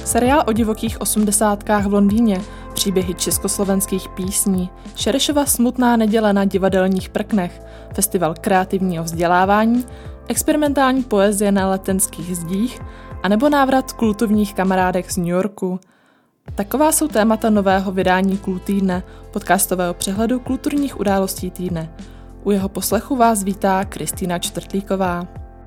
Seriál o divokých 80kách v Londýně, příběhy československých písní, Šerešova smutná neděle na divadelních prknech, festival kreativního vzdělávání, experimentální poezie na letenských zdích anebo návrat kultovních kamarádek z New Yorku. Taková jsou témata nového vydání Kultýdne, podcastového přehledu kulturních událostí týdne. U jeho poslechu vás vítá Kristýna Čtvrtlíková.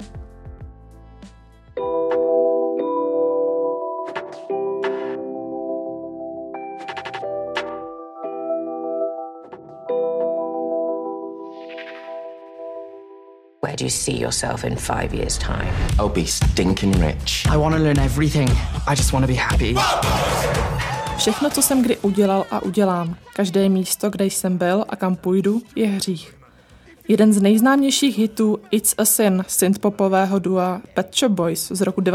Where do you see yourself in 5 years' time? I'll be stinking rich. I want to learn everything. I just want to be happy. Všechno, co jsem kdy udělal a udělám, každé místo, kde jsem byl a kam půjdu, je hřích. Jeden z nejznámějších hitů It's a Sin synthpopového dua Pet Shop Boys z roku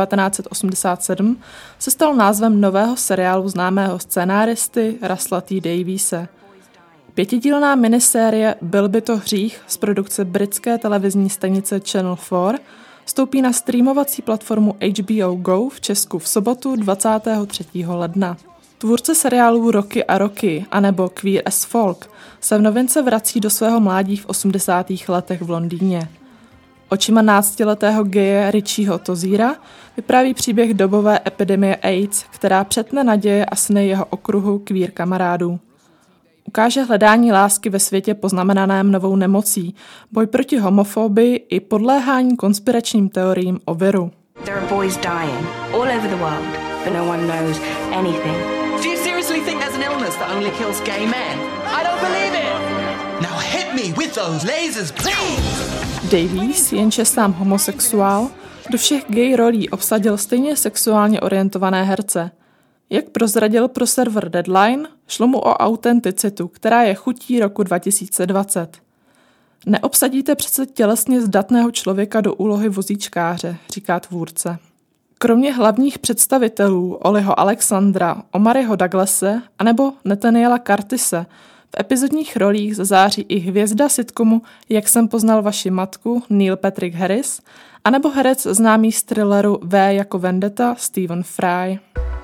1987 se stal názvem nového seriálu známého scenáristy Russella T. Daviese. 5dílná minisérie Byl by to hřích z produkce britské televizní stanice Channel 4 vstoupí na streamovací platformu HBO Go v Česku v sobotu 23. ledna. Tvůrce seriálů Rocky a Rocky anebo Queer as Folk se v novince vrací do svého mládí v 80. letech v Londýně. Očima 12letého geje Richieho Tozíra vypráví příběh dobové epidemie AIDS, která přetne naděje a sny jeho okruhu queer kamarádů. Ukáže hledání lásky ve světě poznamenaném novou nemocí, boj proti homofobii i podléhání konspiračním teoriím o viru. There are boys dying all over the world, but no one knows anything. Do you seriously think there's an illness that only kills gay men? I don't believe it! Now hit me with those lasers, please! Davies, jenže sám homosexuál, do všech gay rolí obsadil stejně sexuálně orientované herce. Jak prozradil pro server Deadline, šlo mu o autenticitu, která je chutí roku 2020. Neobsadíte přece tělesně zdatného člověka do úlohy vozíčkáře, říká tvůrce. Kromě hlavních představitelů Oliho Alexandra, Omariho Douglase anebo Nathaniela Curtise v epizodních rolích zazáří i hvězda sitcomu Jak jsem poznal vaši matku Neil Patrick Harris anebo herec známý z thrilleru V jako Vendetta Stephen Fry.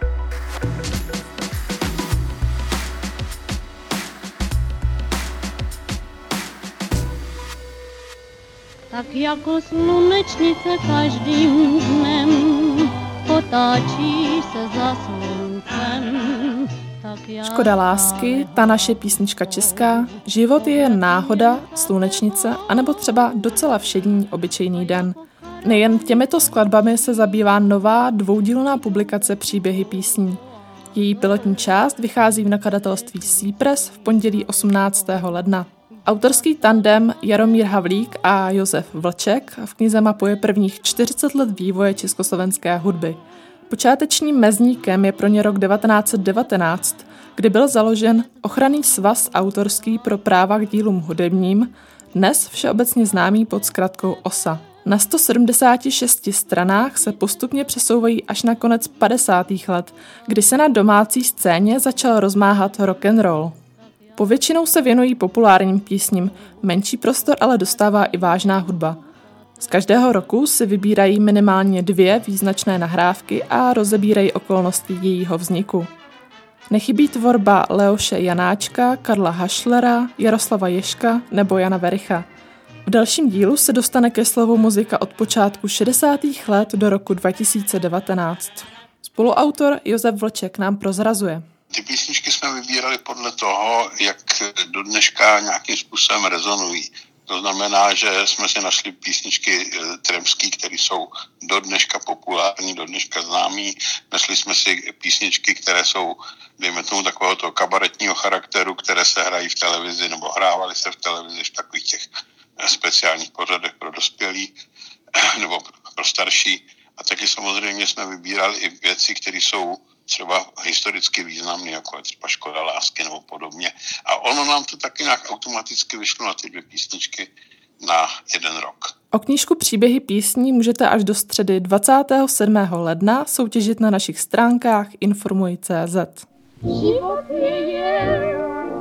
Tak jako slunečnice každým dnem potáčí se za sluncem. Škoda lásky, ta naše písnička česká, život je jen náhoda, slunečnice, anebo třeba docela všední obyčejný den. Nejen těmito skladbami se zabývá nová dvoudílná publikace Příběhy písní. Její pilotní část vychází v nakladatelství Seapress v pondělí 18. ledna. Autorský tandem Jaromír Havlík a Josef Vlček v knize mapuje prvních 40 let vývoje československé hudby. Počátečním mezníkem je pro ně rok 1919, kdy byl založen Ochranný svaz autorský pro práva k dílům hudebním, dnes všeobecně známý pod zkratkou OSA. Na 176 stranách se postupně přesouvají až na konec 50. let, kdy se na domácí scéně začal rozmáhat rock and roll. Povětšinou se věnují populárním písním, menší prostor ale dostává i vážná hudba. Z každého roku si vybírají minimálně 2 význačné nahrávky a rozebírají okolnosti jejího vzniku. Nechybí tvorba Leoše Janáčka, Karla Hašlera, Jaroslava Ježka nebo Jana Vericha. V dalším dílu se dostane ke slovu muzika od počátku 60. let do roku 2019. Spoluautor Josef Vlček nám prozrazuje. Ty písničky jsme vybírali podle toho, jak do dneška nějakým způsobem rezonují. To znamená, že jsme si našli písničky tremský, které jsou do dneška populární, do dneška známý. Našli jsme si písničky, které jsou, dejme tomu, takového toho kabaretního charakteru, které se hrají v televizi nebo hrávaly se v televizi v takových těch speciálních pořadech pro dospělí nebo pro starší. A taky samozřejmě jsme vybírali i věci, které jsou třeba historicky významný, jako je třeba Škoda lásky nebo podobně. A ono nám to taky nějak automaticky vyšlo na ty 2 písničky na 1 rok. O knížku Příběhy písní můžete až do středy 27. ledna soutěžit na našich stránkách informuj.cz. Život je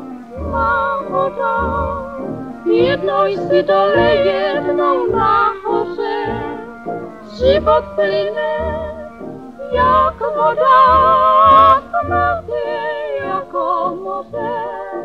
náhoda, jednou jsi dole, jednou nahoře. Život plyne jak voda, smrti jako moře.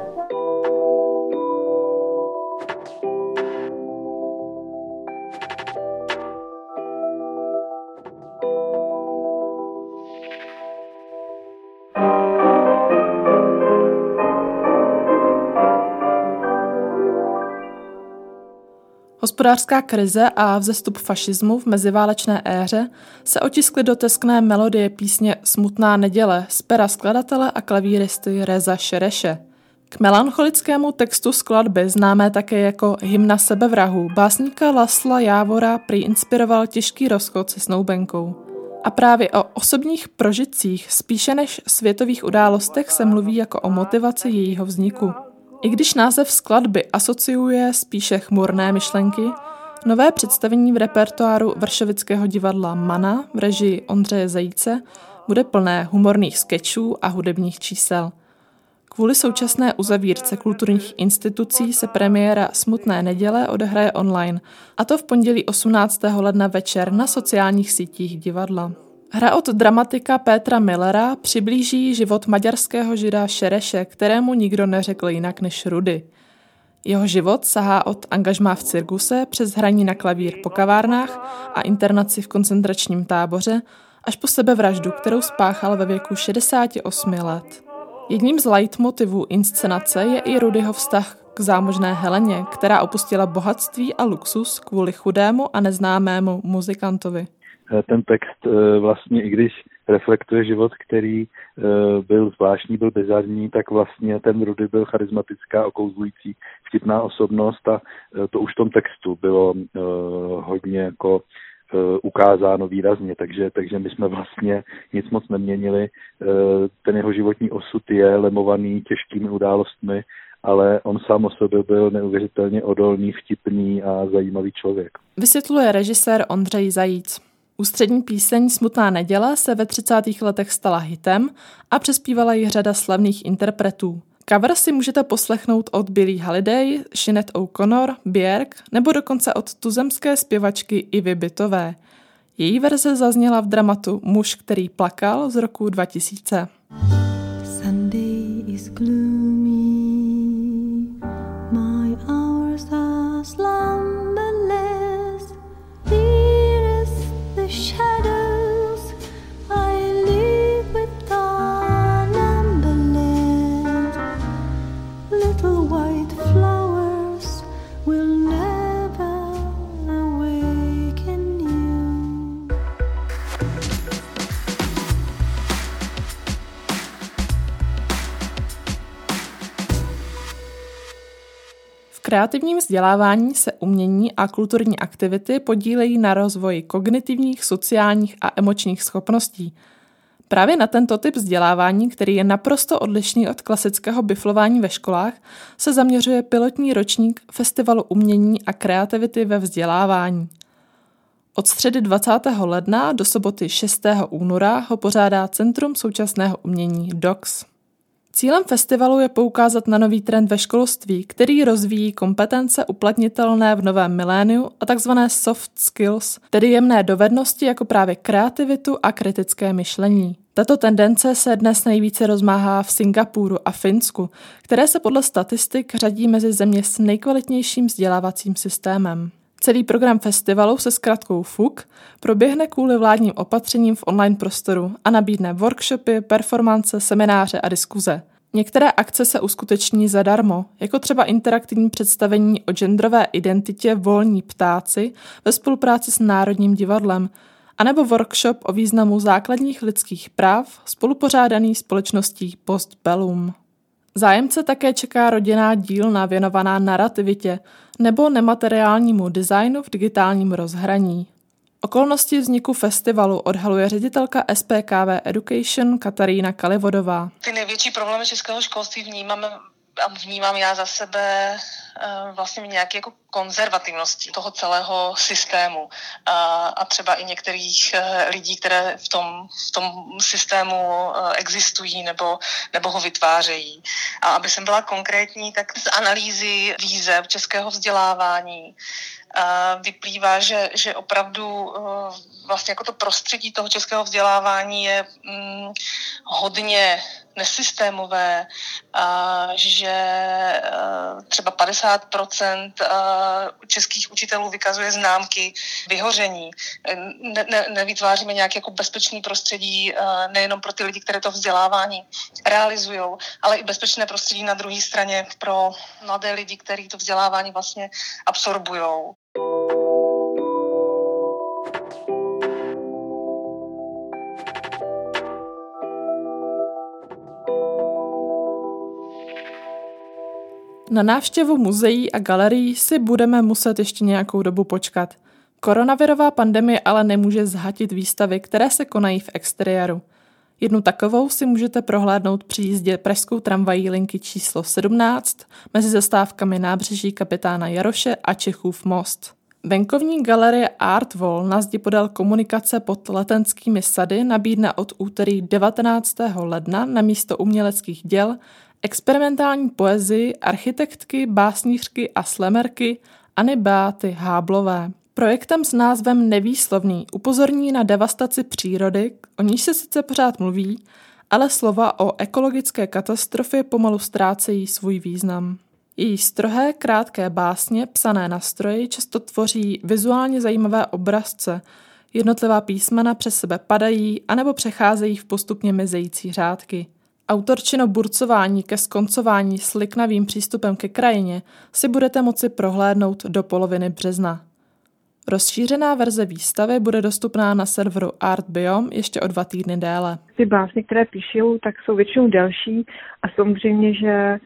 Hospodářská krize a vzestup fašismu v meziválečné éře se otiskly do teskné melodie písně Smutná neděle z pera skladatele a klavíristy Reza Šereše. K melancholickému textu skladby, známé také jako Hymna sebevrahů, básníka Lasla Jávora prý inspiroval těžký rozchod se snoubenkou. A právě o osobních prožitcích spíše než světových událostech se mluví jako o motivaci jejího vzniku. I když název skladby asociuje spíše chmurné myšlenky, nové představení v repertoáru Vršovického divadla Mana v režii Ondřeje Zajíce bude plné humorných skečů a hudebních čísel. Kvůli současné uzavírce kulturních institucí se premiéra Smutné neděle odehraje online, a to v pondělí 18. ledna večer na sociálních sítích divadla. Hra od dramatika Petra Millera přiblíží život maďarského žida Šereše, kterému nikdo neřekl jinak než Rudy. Jeho život sahá od angažmá v cirkuse přes hraní na klavír po kavárnách a internaci v koncentračním táboře až po sebevraždu, kterou spáchal ve věku 68 let. Jedním z leitmotivů inscenace je i Rudyho vztah k zámožné Heleně, která opustila bohatství a luxus kvůli chudému a neznámému muzikantovi. Ten text vlastně, i když reflektuje život, který byl zvláštní, byl bizarní, tak vlastně ten Rudy byl charismatická, okouzlující, vtipná osobnost a to už v tom textu bylo hodně jako ukázáno výrazně, takže my jsme vlastně nic moc neměnili. Ten jeho životní osud je lemovaný těžkými událostmi, ale on sám o sobě byl neuvěřitelně odolný, vtipný a zajímavý člověk. Vysvětluje režisér Ondřej Zajíc. Ústřední píseň Smutná neděle se ve 30. letech stala hitem a přespívala ji řada slavných interpretů. Cover si můžete poslechnout od Billie Holiday, Sinead O'Connor, Björk nebo dokonce od tuzemské zpěvačky Ivy Bytové. Její verze zazněla v dramatu Muž, který plakal z roku 2000. Sunday is gloomy, my hours are slumberless, dearest the shadows, I live with numberless, little white flowers will never awaken you. V kreativním vzdělávání se umění a kulturní aktivity podílejí na rozvoji kognitivních, sociálních a emočních schopností. Právě na tento typ vzdělávání, který je naprosto odlišný od klasického biflování ve školách, se zaměřuje pilotní ročník Festivalu umění a kreativity ve vzdělávání. Od středy 20. ledna do soboty 6. února ho pořádá Centrum současného umění DOX. Cílem festivalu je poukázat na nový trend ve školství, který rozvíjí kompetence uplatnitelné v novém miléniu a takzvané soft skills, tedy jemné dovednosti jako právě kreativitu a kritické myšlení. Tato tendence se dnes nejvíce rozmáhá v Singapuru a Finsku, které se podle statistik řadí mezi země s nejkvalitnějším vzdělávacím systémem. Celý program festivalu se zkratkou FUK proběhne kvůli vládním opatřením v online prostoru a nabídne workshopy, performance, semináře a diskuze. Některé akce se uskuteční zadarmo, jako třeba interaktivní představení o genderové identitě Volní ptáci ve spolupráci s Národním divadlem, anebo workshop o významu základních lidských práv spolupořádaný společností Postbellum. Zájemce také čeká rodinná dílna věnovaná narativitě nebo nemateriálnímu designu v digitálním rozhraní. Okolnosti vzniku festivalu odhaluje ředitelka SPKV Education Katarína Kalivodová. Ty největší problémy českého školství vnímám já za sebe vlastně nějaké jako konzervativnosti toho celého systému a třeba i některých lidí, které v tom systému existují nebo ho vytvářejí. A aby jsem byla konkrétní, tak z analýzy výzev českého vzdělávání vyplývá, že opravdu vlastně jako to prostředí toho českého vzdělávání je hodně nesystémové, že třeba 50% českých učitelů vykazuje známky vyhoření. Nevytváříme nějaké jako bezpečné prostředí nejenom pro ty lidi, které to vzdělávání realizují, ale i bezpečné prostředí na druhé straně pro mladé lidi, kteří to vzdělávání vlastně absorbujou. Na návštěvu muzeí a galerií si budeme muset ještě nějakou dobu počkat. Koronavirová pandemie ale nemůže zhatit výstavy, které se konají v exteriéru. Jednu takovou si můžete prohlédnout při jízdě pražskou tramvají linky číslo 17 mezi zastávkami Nábřeží kapitána Jaroše a Čechův most. Venkovní galerie Art Wall na zdi podél komunikace pod Letenskými sady nabídne od úterý 19. ledna na místo uměleckých děl experimentální poezii architektky, básnířky a slemerky Anny Beaty Háblové. Projektem s názvem Nevýslovný upozorní na devastaci přírody, o níž se sice pořád mluví, ale slova o ekologické katastrofě pomalu ztrácejí svůj význam. Její strohé, krátké básně, psané na stroji, často tvoří vizuálně zajímavé obrazce. Jednotlivá písmena přes sebe padají anebo přecházejí v postupně mizející řádky. Autorčino burcování ke skoncování s liknavým přístupem ke krajině si budete moci prohlédnout do poloviny března. Rozšířená verze výstavy bude dostupná na serveru Art Biome ještě o 2 týdny déle. Ty básně, které píšou, tak jsou většinou delší a samozřejmě, že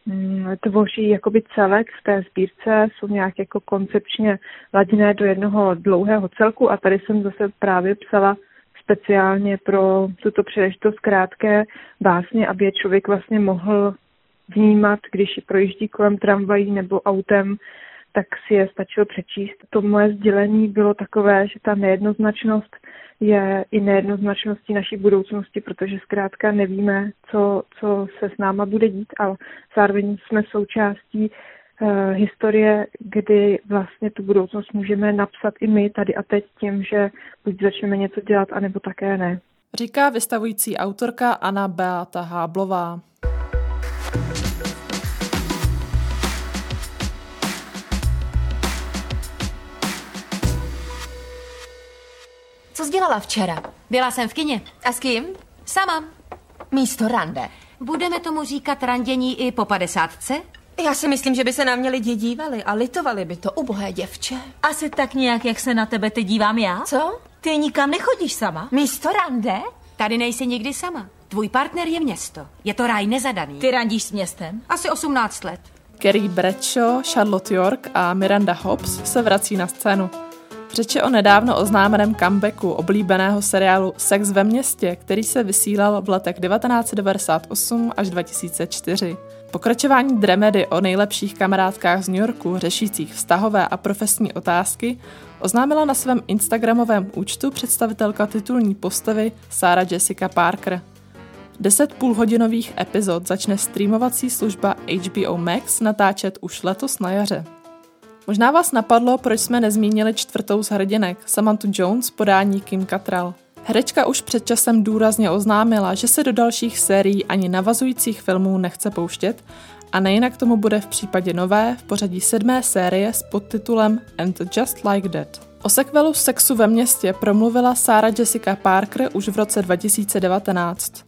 tvoří jakoby celek v té sbírce, jsou nějak jako koncepčně laděné do jednoho dlouhého celku a tady jsem zase právě psala speciálně pro tuto příležitost krátké básně, aby je člověk vlastně mohl vnímat, když projíždí kolem tramvají nebo autem, tak si je stačilo přečíst. To moje sdělení bylo takové, že ta nejednoznačnost je i nejednoznačností naší budoucnosti, protože zkrátka nevíme, co se s náma bude dít, ale zároveň jsme součástí historie, kdy vlastně tu budoucnost můžeme napsat i my tady a teď tím, že buď začneme něco dělat, anebo také ne. Říká vystavující autorka Anna Beata Háblová. Co jsi dělala včera? Byla jsem v kině. A s kým? Sama. Místo rande. Budeme tomu říkat randění i po 50? Já si myslím, že by se na mě lidi dívali a litovali by to, ubohé děvče. Asi tak nějak, jak se na tebe teď dívám já? Co? Ty nikam nechodíš sama? Místo rande? Tady nejsi nikdy sama. Tvůj partner je město. Je to ráj nezadaný. Ty randíš s městem? Asi 18 let. Carrie Bradshaw, Charlotte York a Miranda Hobbs se vrací na scénu. Řeč je o nedávno oznámeném comebacku oblíbeného seriálu Sex ve městě, který se vysílal v letech 1998 až 2004. Pokračování dramedy o nejlepších kamarádkách z New Yorku, řešících vztahové a profesní otázky, oznámila na svém instagramovém účtu představitelka titulní postavy Sarah Jessica Parker. 10 půlhodinových epizod začne streamovací služba HBO Max natáčet už letos na jaře. Možná vás napadlo, proč jsme nezmínili 4. z hrdinek, Samanthu Jones, podání Kim Cattrall. Herečka už před časem důrazně oznámila, že se do dalších sérií ani navazujících filmů nechce pouštět a nejinak tomu bude v případě nové, v pořadí 7. série s podtitulem And Just Like That. O sequelu Sexu ve městě promluvila Sarah Jessica Parker už v roce 2019.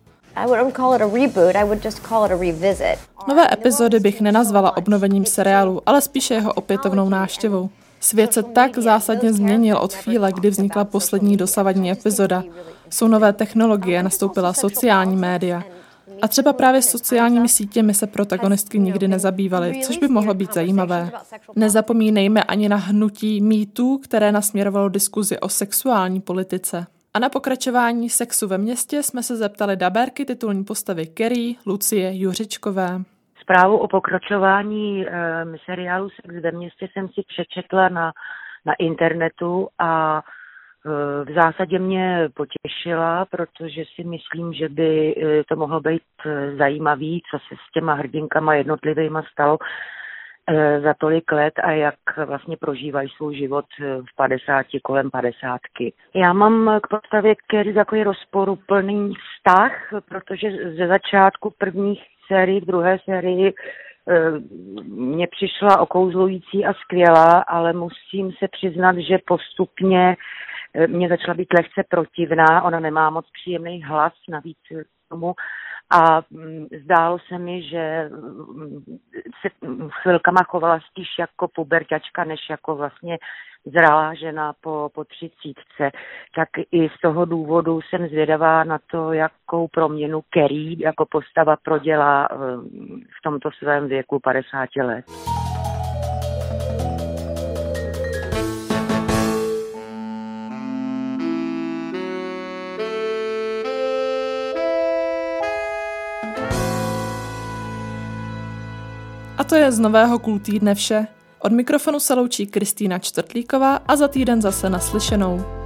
Nové epizody bych nenazvala obnovením seriálu, ale spíše jeho opětovnou návštěvou. Svět se tak zásadně změnil od chvíle, kdy vznikla poslední dosavadní epizoda. Jsou nové technologie, nastoupila sociální média. A třeba právě sociálními sítěmi se protagonistky nikdy nezabývaly, což by mohlo být zajímavé. Nezapomínejme ani na hnutí Me Too, které nasměrovalo diskuzi o sexuální politice. A na pokračování Sexu ve městě jsme se zeptali dabérky titulní postavy Carrie, Lucie Juřičkové. Zprávu o pokračování seriálu Sex ve městě jsem si přečetla na internetu a v zásadě mě potěšila, protože si myslím, že by to mohlo být zajímavý, co se s těma hrdinkama jednotlivýma stalo. za tolik let a jak vlastně prožívají svůj život v 50, kolem 50. Já mám k postavě Carrie takový rozporuplný vztah, protože ze začátku prvních sérií, v druhé sérii mě přišla okouzlující a skvělá, ale musím se přiznat, že postupně mě začala být lehce protivná. Ona nemá moc příjemný hlas, navíc tomu. A zdálo se mi, že se chvilkama chovala spíš jako puberťačka, než jako vlastně zralá žena po 30. Tak i z toho důvodu jsem zvědavá na to, jakou proměnu Carrie jako postava prodělá v tomto svém věku 50 let. A to je z nového Cool týdne vše. Od mikrofonu se loučí Kristýna Čtvrtlíková a za týden zase naslyšenou.